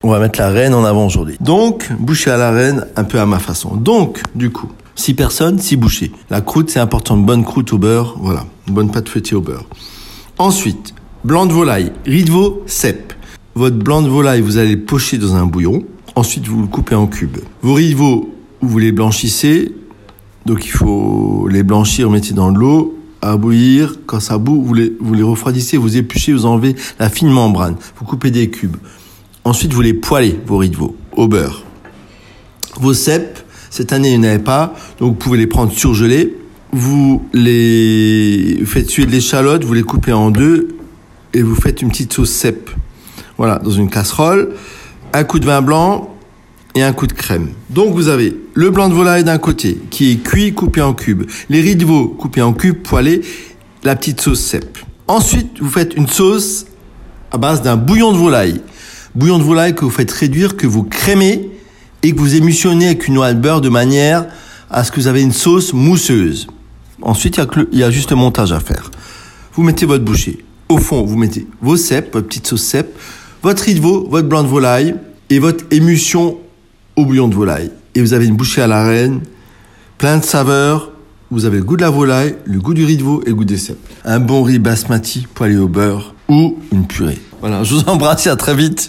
On va mettre la reine en avant aujourd'hui. Donc, bouchée à la reine, un peu à ma façon. Donc, du coup, 6 personnes, 6 bouchées. La croûte, c'est important, une bonne croûte au beurre, voilà, une bonne pâte feuilletée au beurre. Ensuite, blanc de volaille, riz de veau, cèpe. Votre blanc de volaille, vous allez le pocher dans un bouillon. Ensuite, vous le coupez en cubes. Vos riz de veau, vous les blanchissez. Donc, il faut les blanchir, vous mettez dans de l'eau à bouillir. Quand ça bout, vous les refroidissez, vous épluchez, vous enlevez la fine membrane. Vous coupez des cubes. Ensuite, vous les poêlez, vos riz de veau, au beurre. Vos cèpes, cette année, il n'y en avait pas, donc vous pouvez les prendre surgelés. Vous les faites suer de l'échalote, vous les coupez en deux et vous faites une petite sauce cèpe. Voilà, dans une casserole, un coup de vin blanc et un coup de crème. Donc vous avez le blanc de volaille d'un côté, qui est cuit, coupé en cubes. Les riz de veau coupés en cubes, poêlés, la petite sauce cèpe. Ensuite, vous faites une sauce à base d'un bouillon de volaille. Bouillon de volaille que vous faites réduire, que vous crémez et que vous émulsionnez avec une noix de beurre de manière à ce que vous avez une sauce mousseuse. Ensuite, il y a juste le montage à faire. Vous mettez votre bouchée. Au fond, vous mettez vos cèpes, votre petite sauce cèpe, votre riz de veau, votre blanc de volaille et votre émulsion au bouillon de volaille. Et vous avez une bouchée à la reine, plein de saveurs. Vous avez le goût de la volaille, le goût du riz de veau et le goût des cèpes. Un bon riz basmati poêlé au beurre ou une purée. Voilà, je vous embrasse et à très vite.